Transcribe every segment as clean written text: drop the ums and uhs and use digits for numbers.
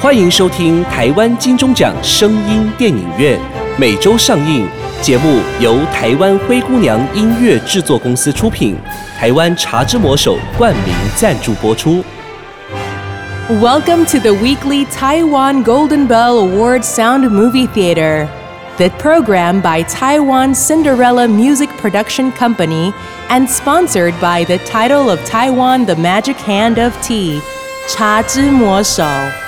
欢迎收听台湾金钟奖声音电影院，每周上映。节目由台湾灰姑娘音乐制作公司出品，台湾茶之魔手冠名赞助播出。 Welcome to the weekly Taiwan Golden Bell Award Sound Movie Theater. The program by Taiwan Cinderella Music Production Company and sponsored by the title of Taiwan The Magic Hand of Tea, 茶之魔手。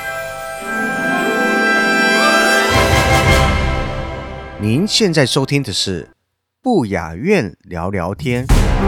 您现在收听的是不雅院聊聊天。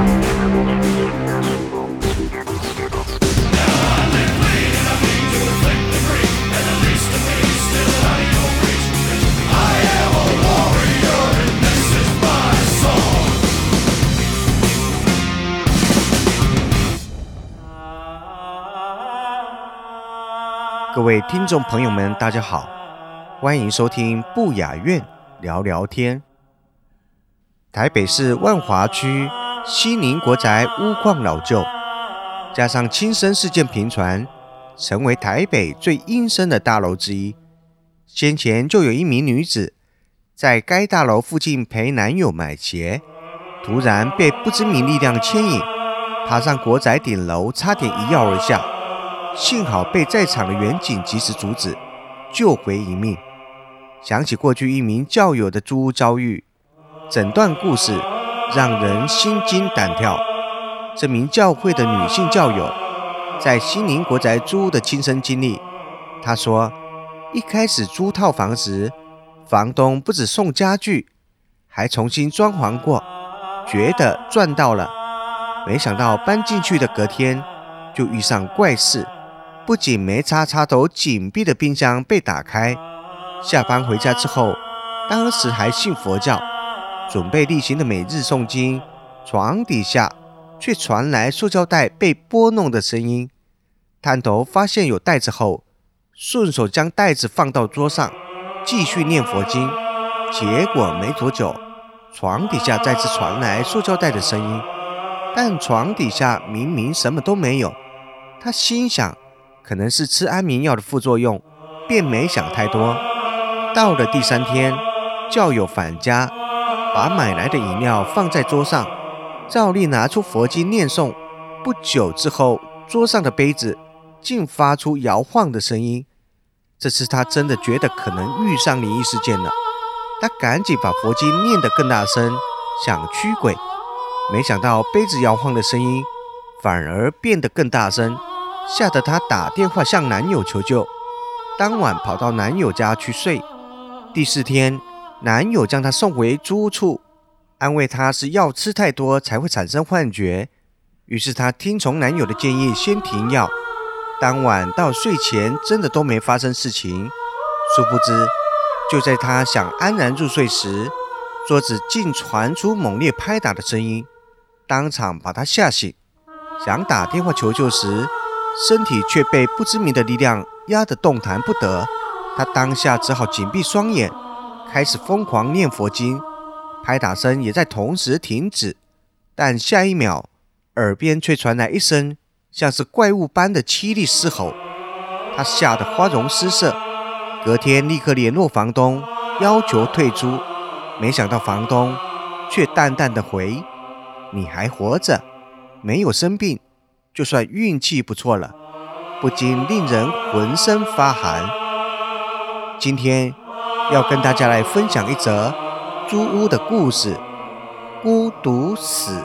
各位听众朋友们，大家好，欢迎收听不雅院聊聊天。台北市万华区西宁国宅屋况老旧，加上轻生事件频传，成为台北最阴森的大楼之一。先前就有一名女子在该大楼附近陪男友买鞋，突然被不知名力量牵引，爬上国宅顶楼，差点一跃而下。幸好被在场的员警及时阻止，救回一命。想起过去一名教友的租屋遭遇，整段故事让人心惊胆跳。这名教会的女性教友在西宁国宅租屋的亲身经历，她说，一开始租套房时，房东不只送家具，还重新装潢过，觉得赚到了。没想到搬进去的隔天就遇上怪事，不仅没插头紧闭的冰箱被打开，下班回家之后，当时还信佛教，准备例行的每日诵经，床底下却传来塑胶袋被拨弄的声音。探头发现有袋子后，顺手将袋子放到桌上，继续念佛经。结果没多久，床底下再次传来塑胶袋的声音，但床底下明明什么都没有。他心想，可能是吃安眠药的副作用，便没想太多。到了第3天，教友返家，把买来的饮料放在桌上，照例拿出佛经念诵。不久之后，桌上的杯子竟发出摇晃的声音。这次他真的觉得可能遇上灵异事件了，他赶紧把佛经念得更大声，想驱鬼。没想到杯子摇晃的声音反而变得更大声，吓得她打电话向男友求救。当晚跑到男友家去睡。第4天，男友将她送回租屋处，安慰她是药吃太多才会产生幻觉。于是她听从男友的建议，先停药。当晚到睡前真的都没发生事情。殊不知，就在她想安然入睡时，桌子竟传出猛烈拍打的声音，当场把她吓醒。想打电话求救时，身体却被不知名的力量压得动弹不得。他当下只好紧闭双眼，开始疯狂念佛经，拍打声也在同时停止。但下一秒，耳边却传来一声像是怪物般的凄厉嘶吼。他吓得花容失色，隔天立刻联络房东，要求退租。没想到房东却淡淡的回：“你还活着，没有生病，就算运气不错了。”不禁令人浑身发寒。今天要跟大家来分享一则租屋的故事——孤独死。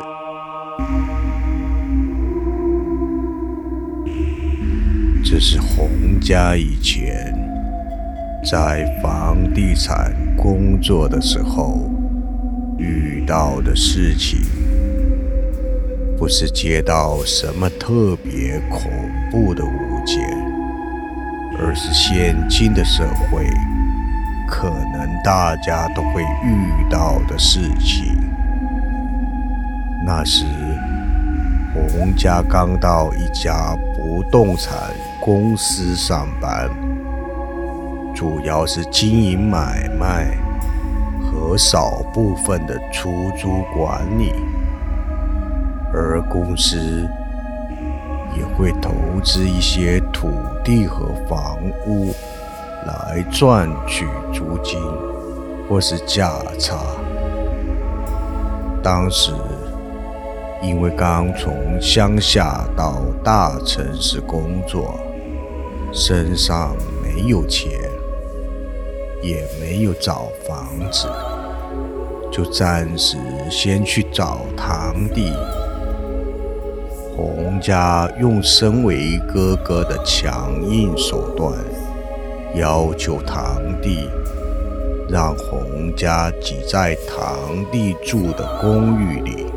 这是洪家以前在房地产工作的时候遇到的事情。不是接到什么特别恐怖的物件，而是现今的社会可能大家都会遇到的事情。那时，洪家刚到一家不动产公司上班，主要是经营买卖和少部分的出租管理。而公司也会投资一些土地和房屋来赚取租金或是价差。当时因为刚从乡下到大城市工作，身上没有钱，也没有找房子，就暂时先去找堂弟。洪家用身为哥哥的强硬手段，要求堂弟让洪家挤在堂弟住的公寓里。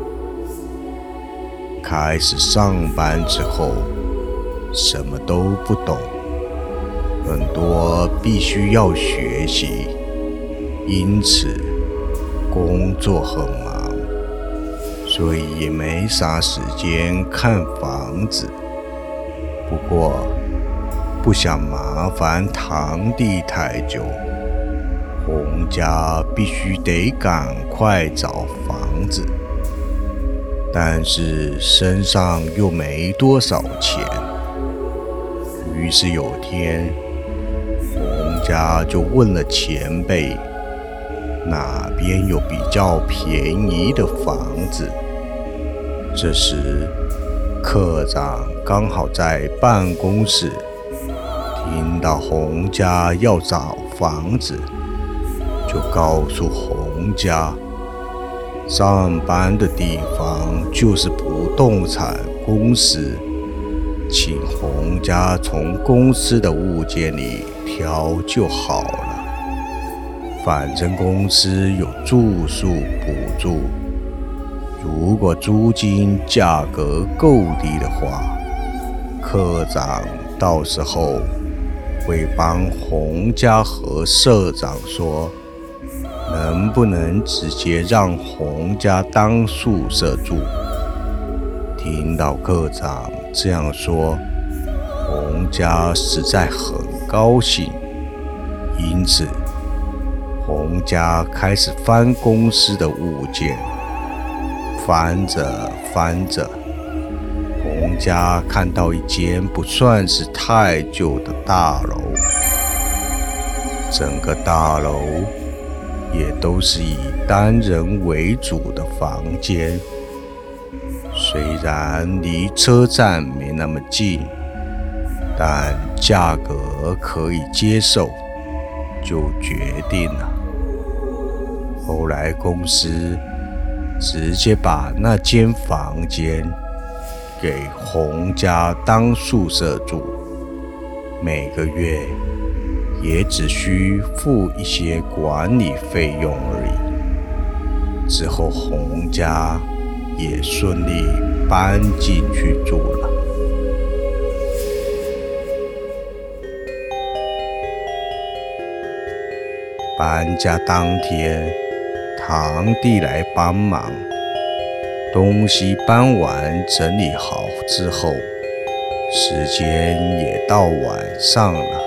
开始上班之后，什么都不懂，很多必须要学习，因此工作很忙，所以也没啥时间看房子。不过不想麻烦堂弟太久，洪家必须得赶快找房子，但是身上又没多少钱。于是有天，洪家就问了前辈，哪边有比较便宜的房子。这时科长刚好在办公室，听到洪家要找房子，就告诉洪家，上班的地方就是不动产公司，请洪家从公司的物件里挑就好了，反正公司有住宿补助，如果租金价格够低的话，科长到时候会帮洪家和社长说，能不能直接让洪家当宿舍住。听到科长这样说，洪家实在很高兴，因此洪家开始翻公司的物件。翻着翻着，洪家看到一间不算是太旧的大楼，整个大楼也都是以单人为主的房间，虽然离车站没那么近，但价格可以接受，就决定了。后来公司直接把那间房间给洪家当宿舍住，每个月也只需付一些管理费用而已。之后洪家也顺利搬进去住了。搬家当天，堂弟来帮忙，东西搬完整理好之后，时间也到晚上了。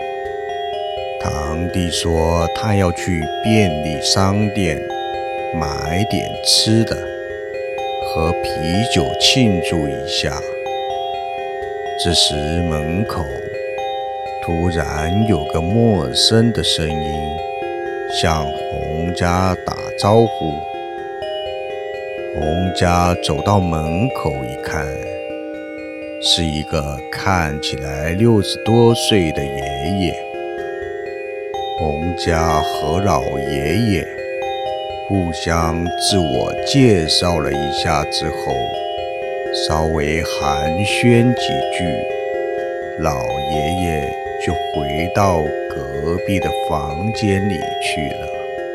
堂弟说他要去便利商店买点吃的，喝啤酒庆祝一下。这时门口突然有个陌生的声音向洪家打招呼。洪家走到门口一看，是一个看起来60多岁的爷爷。洪家和老爷爷互相自我介绍了一下之后，稍微寒暄几句，老爷爷就回到隔壁的房间里去了。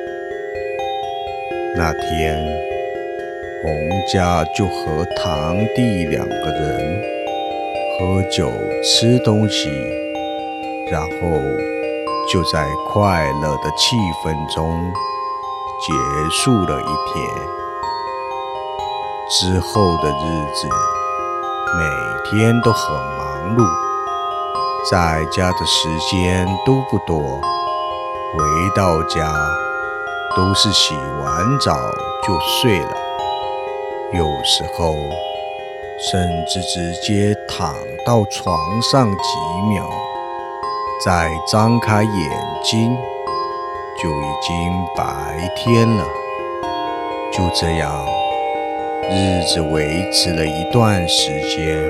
那天洪家就和堂弟2个人喝酒吃东西，然后就在快乐的气氛中结束了一天。之后的日子每天都很忙碌，在家的时间都不多，回到家都是洗完澡就睡了，有时候甚至直接躺到床上几秒，再张开眼睛，就已经白天了。就这样，日子维持了一段时间。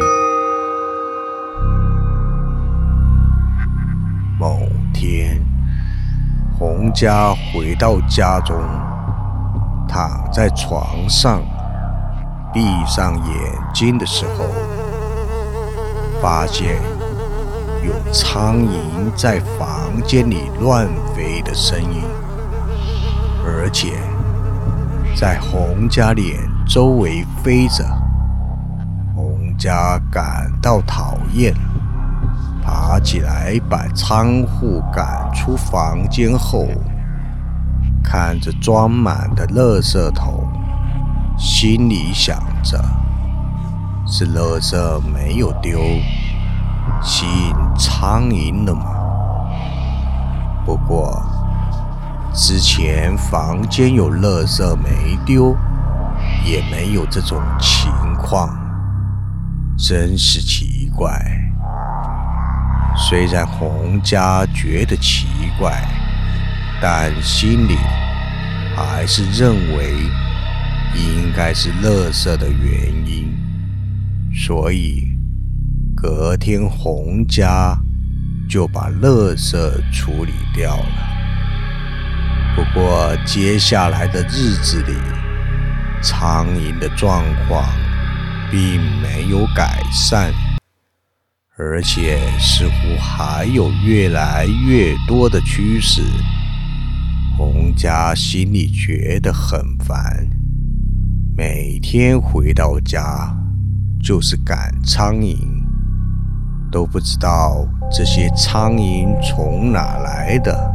某天，洪家回到家中，躺在床上，闭上眼睛的时候，发现有苍蝇在房间里乱飞的声音，而且在洪家脸周围飞着。洪家感到讨厌，爬起来把仓户赶出房间后，看着装满的垃圾桶，心里想着，是垃圾没有丢，吸引苍蝇了吗？不过之前房间有垃圾没丢，也没有这种情况，真是奇怪。虽然洪家觉得奇怪，但心里还是认为应该是垃圾的原因，所以隔天洪家就把垃圾处理掉了。不过接下来的日子里，苍蝇的状况并没有改善，而且似乎还有越来越多的趋势。洪家心里觉得很烦，每天回到家就是赶苍蝇，都不知道这些苍蝇从哪来的。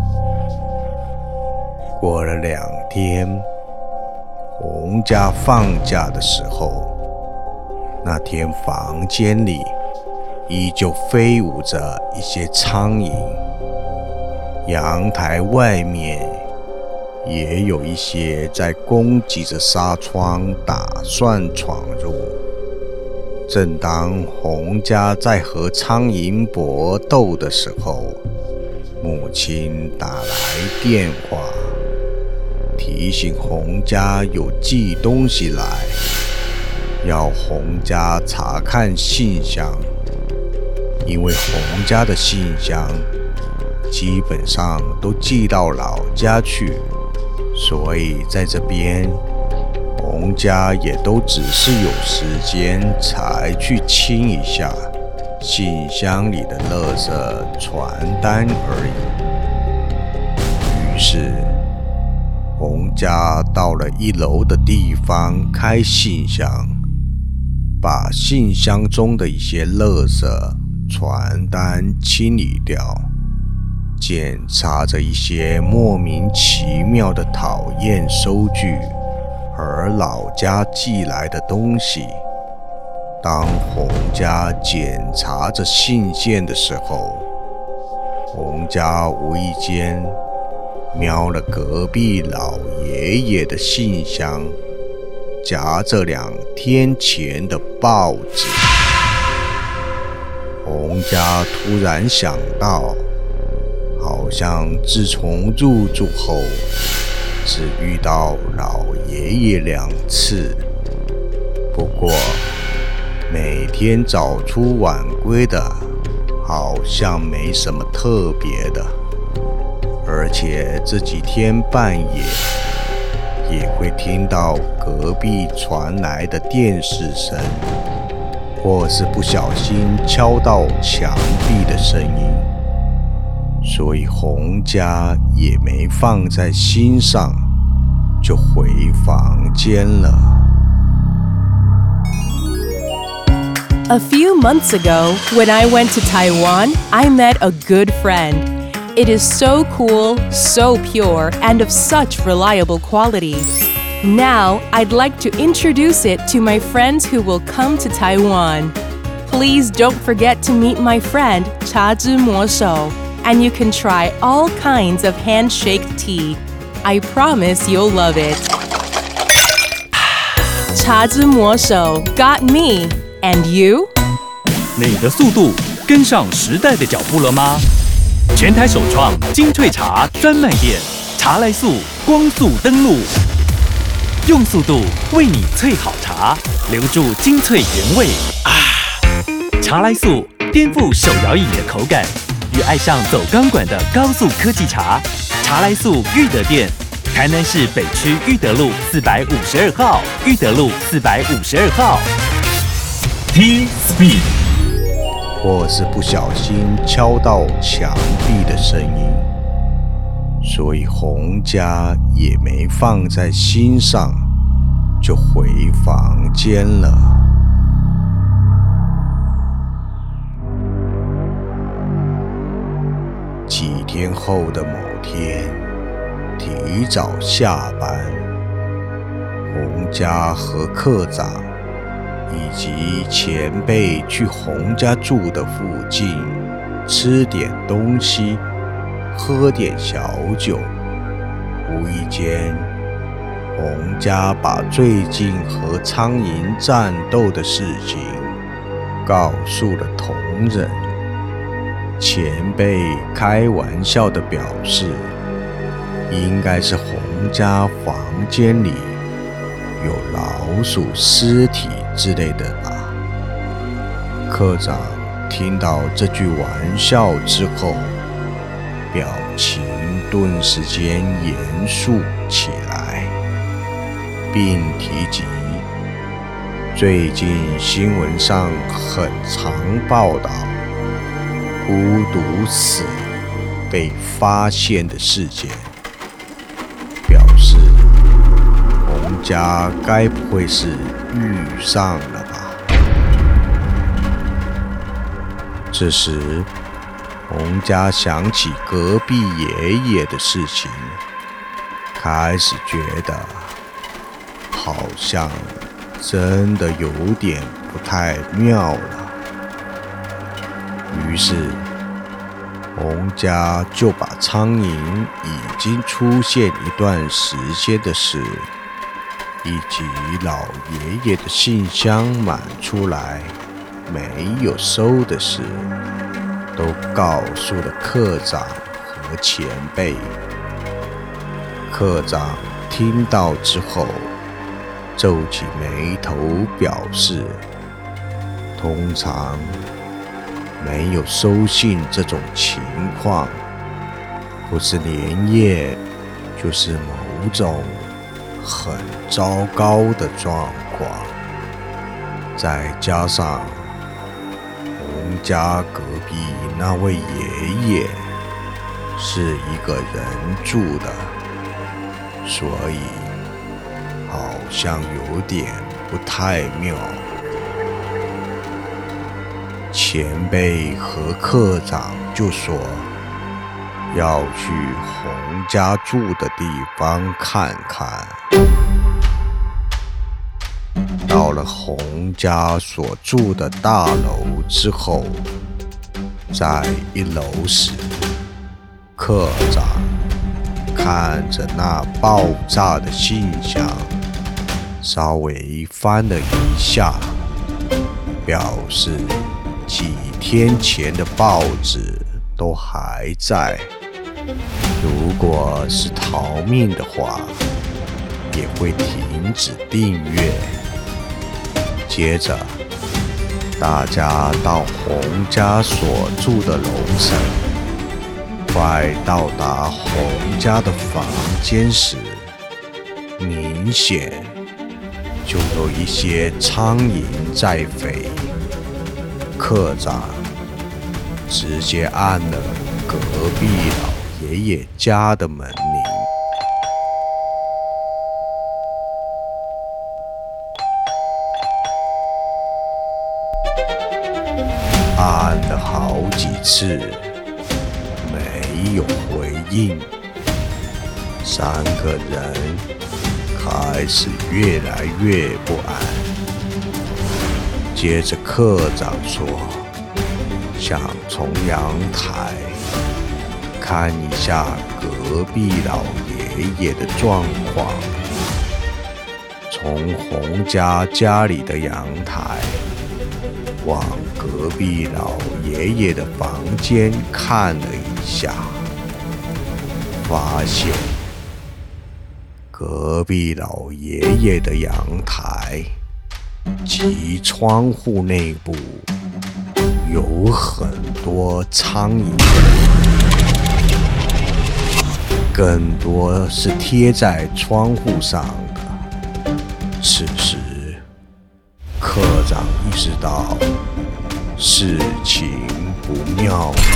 过了2天，洪家放假的时候，那天房间里依旧飞舞着一些苍蝇，阳台外面也有一些在攻击着纱窗，打算闯入。正当洪家在和苍蝇搏斗的时候，母亲打来电话，提醒洪家有寄东西来，要洪家查看信箱。因为洪家的信箱基本上都寄到老家去，所以在这边洪家也都只是有时间才去清一下信箱里的垃圾传单而已。于是洪家到了1楼的地方开信箱，把信箱中的一些垃圾传单清理掉，检查着一些莫名其妙的讨厌收据和老家寄来的东西。当洪家检查着信件的时候，洪家无意间瞄了隔壁老爷爷的信箱，夹着2天前的报纸。洪家突然想到，好像自从入住后只遇到老爷爷2次，不过每天早出晚归的，好像没什么特别的。而且这几天半夜也会听到隔壁传来的电视声，或是不小心敲到墙壁的声音，所以洪家也没放在心上，就回房间了。 A few months ago, when I went to Taiwan, I met a good friend. It is so cool, so pure, and of such reliable quality. Now, I'd like to introduce it to my friends who will come to Taiwan. Please don't forget to meet my friend, 茶之魔手, and you can try all kinds of handshake tea. I promise you'll love it. 茶之魔手 got me, And you? 你的速度跟上时代的脚步了吗？全台首创精萃茶专卖店，茶来速光速登陆，用速度为你萃好茶，留住精粹原味啊！茶来速颠覆手摇饮的口感，与爱上走钢管的高速科技茶。茶来速裕德店，台南市北区裕德路452号，裕德路452号。T Speed。 或是不小心敲到墙壁的声音，所以洪家也没放在心上，就回房间了。几天后的某天，提早下班，洪家和科长以及前辈去洪家住的附近吃点东西，喝点小酒。无意间，洪家把最近和苍蝇战斗的事情告诉了同仁。前辈开玩笑地表示，应该是洪家房间里有老鼠尸体之类的吧。科长听到这句玩笑之后，表情顿时间严肃起来，并提及最近新闻上很常报道孤独死被发现的事件，表示洪家该不会是遇上了吧？这时，洪家想起隔壁爷爷的事情，开始觉得好像真的有点不太妙了。于是，洪家就把苍蝇已经出现一段时间的事，以及老爷爷的信箱满出来没有收的事，都告诉了科长和前辈。科长听到之后，皱起眉头表示，通常没有收信这种情况，不是连夜，就是某种很糟糕的状况。再加上洪家隔壁那位爷爷是一个人住的，所以好像有点不太妙。前辈和科长就说要去洪家住的地方看看。到了洪家所住的大楼之后，在1楼时，科长看着那爆炸的信箱，稍微翻了一下，表示几天前的报纸都还在，如果是逃命的话，也会停止订阅。接着，大家到洪家所住的楼层，快到达洪家的房间时，明显就有一些苍蝇在飞。科长直接按了隔壁老爷爷家的门铃，按了好几次，没有回应。3个人开始越来越不安。接着科长说，想从阳台看一下隔壁老爷爷的状况。从洪家家里的阳台往隔壁老爷爷的房间看了一下，发现隔壁老爷爷的阳台及窗户内部有很多苍蝇，更多是贴在窗户上的。此时科长意识到事情不妙了，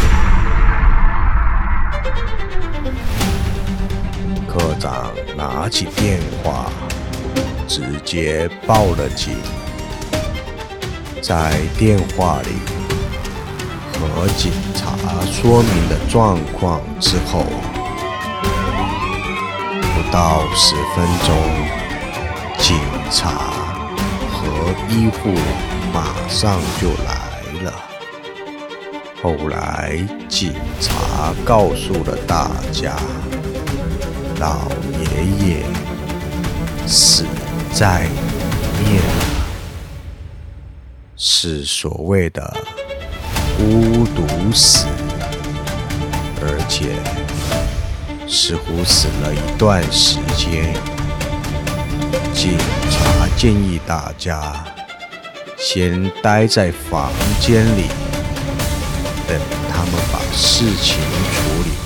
科长拿起电话直接报了警。在电话里和警察说明了状况之后，不到10分钟，警察和医护马上就来了。后来警察告诉了大家，老爷爷死在里面了，是所谓的孤独死，而且似乎死了一段时间。警察建议大家先待在房间里，等他们把事情处理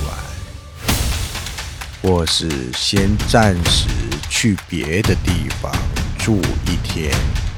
完，或是先暂时去别的地方住一天。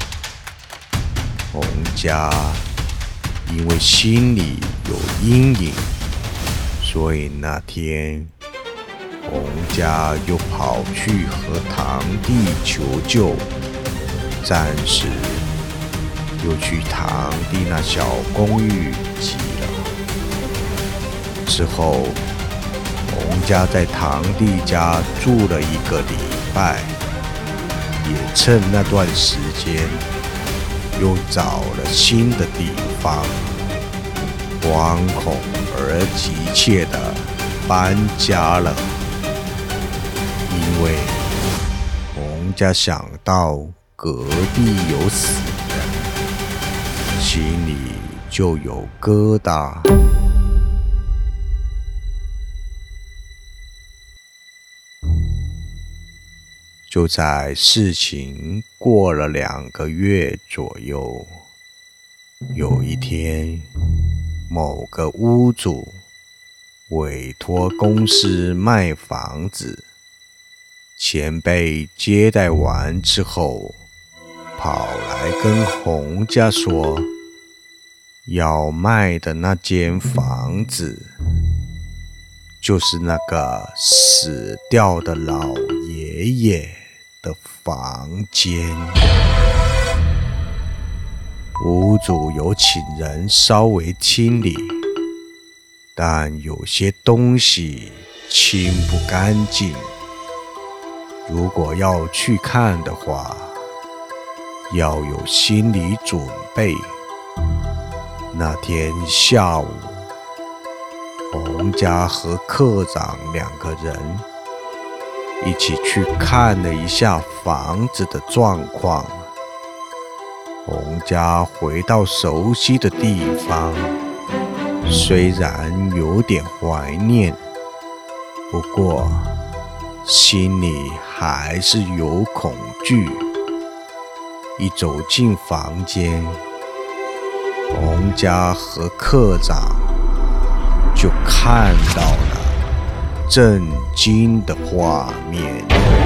洪家因为心里有阴影，所以那天洪家又跑去和堂弟求救，暂时又去堂弟那小公寓挤了。之后洪家在堂弟家住了1个礼拜，也趁那段时间又找了新的地方，惶恐而急切地搬家了。因为洪家想到隔壁有死人，心里就有疙瘩。就在事情过了2个月左右，有一天，某个屋主委托公司卖房子，钱被接待完之后，跑来跟洪家说，要卖的那间房子就是那个死掉的老爷爷的房间。屋主有请人稍微清理，但有些东西清不干净，如果要去看的话，要有心理准备。那天下午，洪家和科长2个人一起去看了一下房子的状况。洪家回到熟悉的地方，虽然有点怀念，不过心里还是有恐惧。一走进房间，洪家和科长就看到了震惊的画面。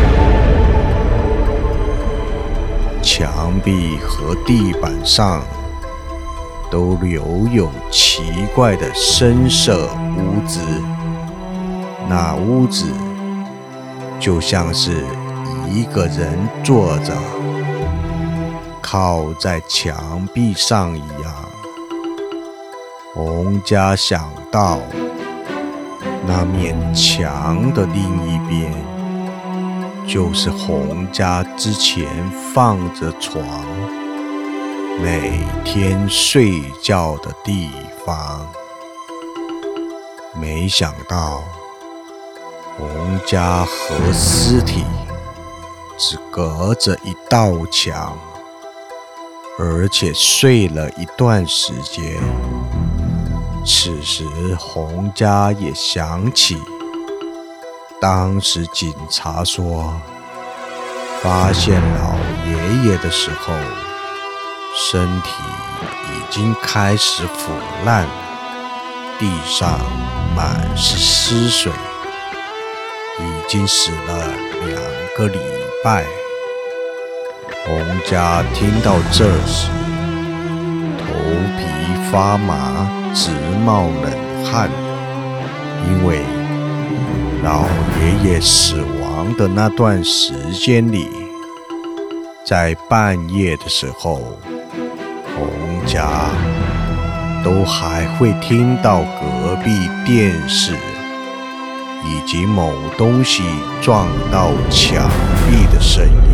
墙壁和地板上都留有奇怪的深色污渍，那污渍就像是一个人坐着靠在墙壁上一样。洪家想到那面墙的另一边就是洪家之前放着床，每天睡觉的地方。没想到洪家和尸体只隔着一道墙， 而且睡了一段时间。此时洪家也想起，当时警察说，发现老爷爷的时候，身体已经开始腐烂，地上满是尸水，已经死了2个礼拜。洪家听到这时，头皮发麻，直冒冷汗，因为老爷爷死亡的那段时间里，在半夜的时候，洪家都还会听到隔壁电视以及某东西撞到墙壁的声音。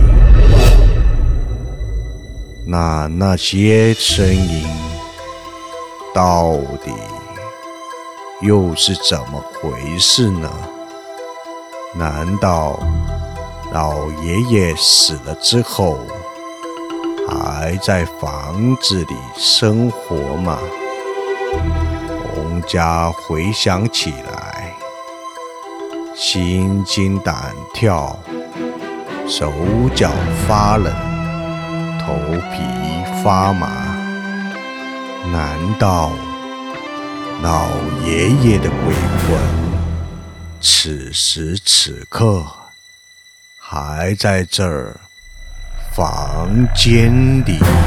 那些声音到底又是怎么回事呢？难道老爷爷死了之后还在房子里生活吗？洪家回想起来，心惊胆跳，手脚发冷，头皮发麻。难道老爷爷的鬼魂此时此刻还在这儿房间里吗？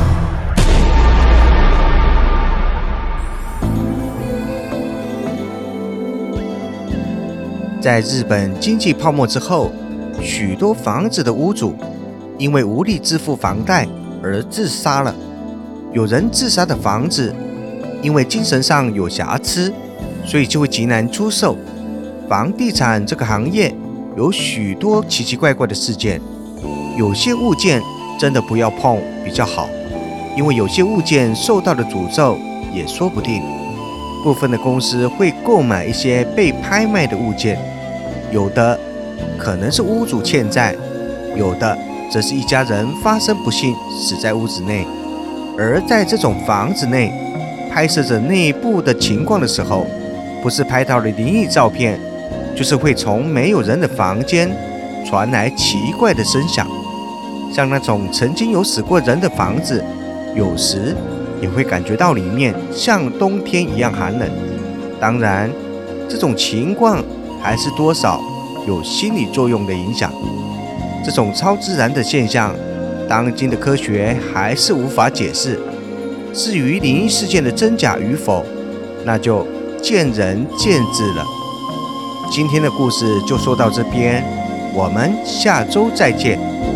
在日本经济泡沫之后，许多房子的屋主因为无力支付房贷而自杀了。有人自杀的房子，因为精神上有瑕疵，所以就会极难出售。房地产这个行业有许多奇奇怪怪的事件，有些物件真的不要碰比较好，因为有些物件受到的诅咒也说不定。部分的公司会购买一些被拍卖的物件，有的可能是屋主欠债，有的则是一家人发生不幸死在屋子内。而在这种房子内拍摄着内部的情况的时候，不是拍到了灵异照片，就是会从没有人的房间传来奇怪的声响。像那种曾经有死过人的房子，有时也会感觉到里面像冬天一样寒冷。当然，这种情况还是多少有心理作用的影响。这种超自然的现象，当今的科学还是无法解释。至于灵异事件的真假与否，那就见仁见智了。今天的故事就说到这边，我们下周再见。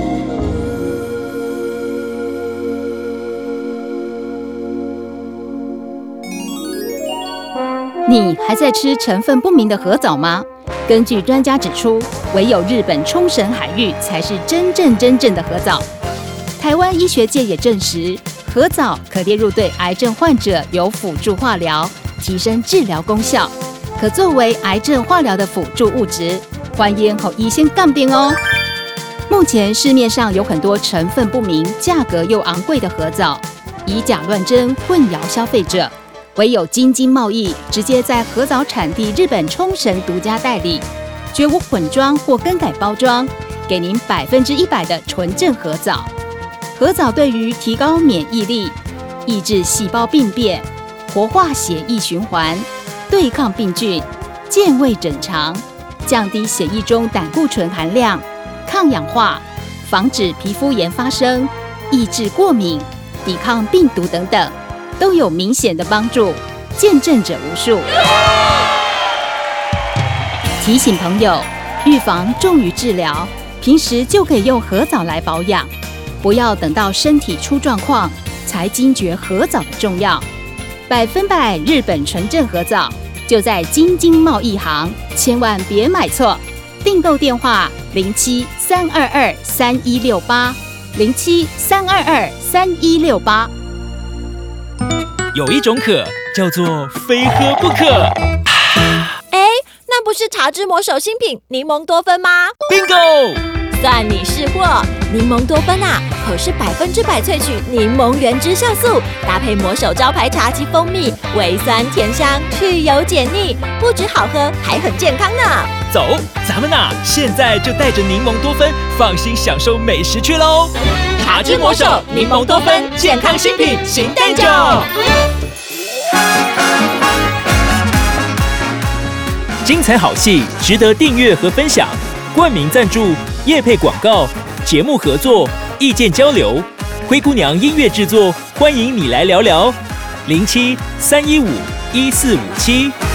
你还在吃成分不明的河藻吗？根据专家指出，唯有日本冲绳海域才是真正的河藻。台湾医学界也证实，河藻可列入对癌症患者有辅助化疗，提升治疗功效，可作为癌症化疗的辅助物质。欢迎和医生杠定哦。目前市面上有很多成分不明、价格又昂贵的河藻，以假乱真，混淆消费者。唯有京津贸易直接在河藻产地日本冲绳独家代理，绝无混装或更改包装，给您100%的纯正河藻。河藻对于提高免疫力、抑制细胞病变、活化血液循环、对抗病菌、健胃整肠、降低血液中胆固醇含量、抗氧化、防止皮肤炎发生、抑制过敏、抵抗病毒等等，都有明显的帮助，见证者无数。提醒朋友，预防重于治疗，平时就可以用河藻来保养，不要等到身体出状况才惊觉河藻的重要。100%日本纯正河藻就在京津贸易行，千万别买错。订购电话07-322-3168，07-322-3168。 有一种渴叫做非喝不可。 那不是茶之魔手新品柠檬多酚吗？ Bingo！ 算你识货。柠檬多酚啊，可是100%萃取柠檬原汁酵素，搭配魔手招牌茶及蜂蜜，微酸甜香，去油解腻，不止好喝，还很健康呢。 走，咱们现在就带着柠檬多酚，放心享受美食去喽！ 茶之魔手柠檬多酚，健康新品，行动酒。 精彩好戏值得订阅和分享，冠名赞助、业配广告、节目合作、意见交流，灰姑娘音乐制作，欢迎你来聊聊。07-315-1457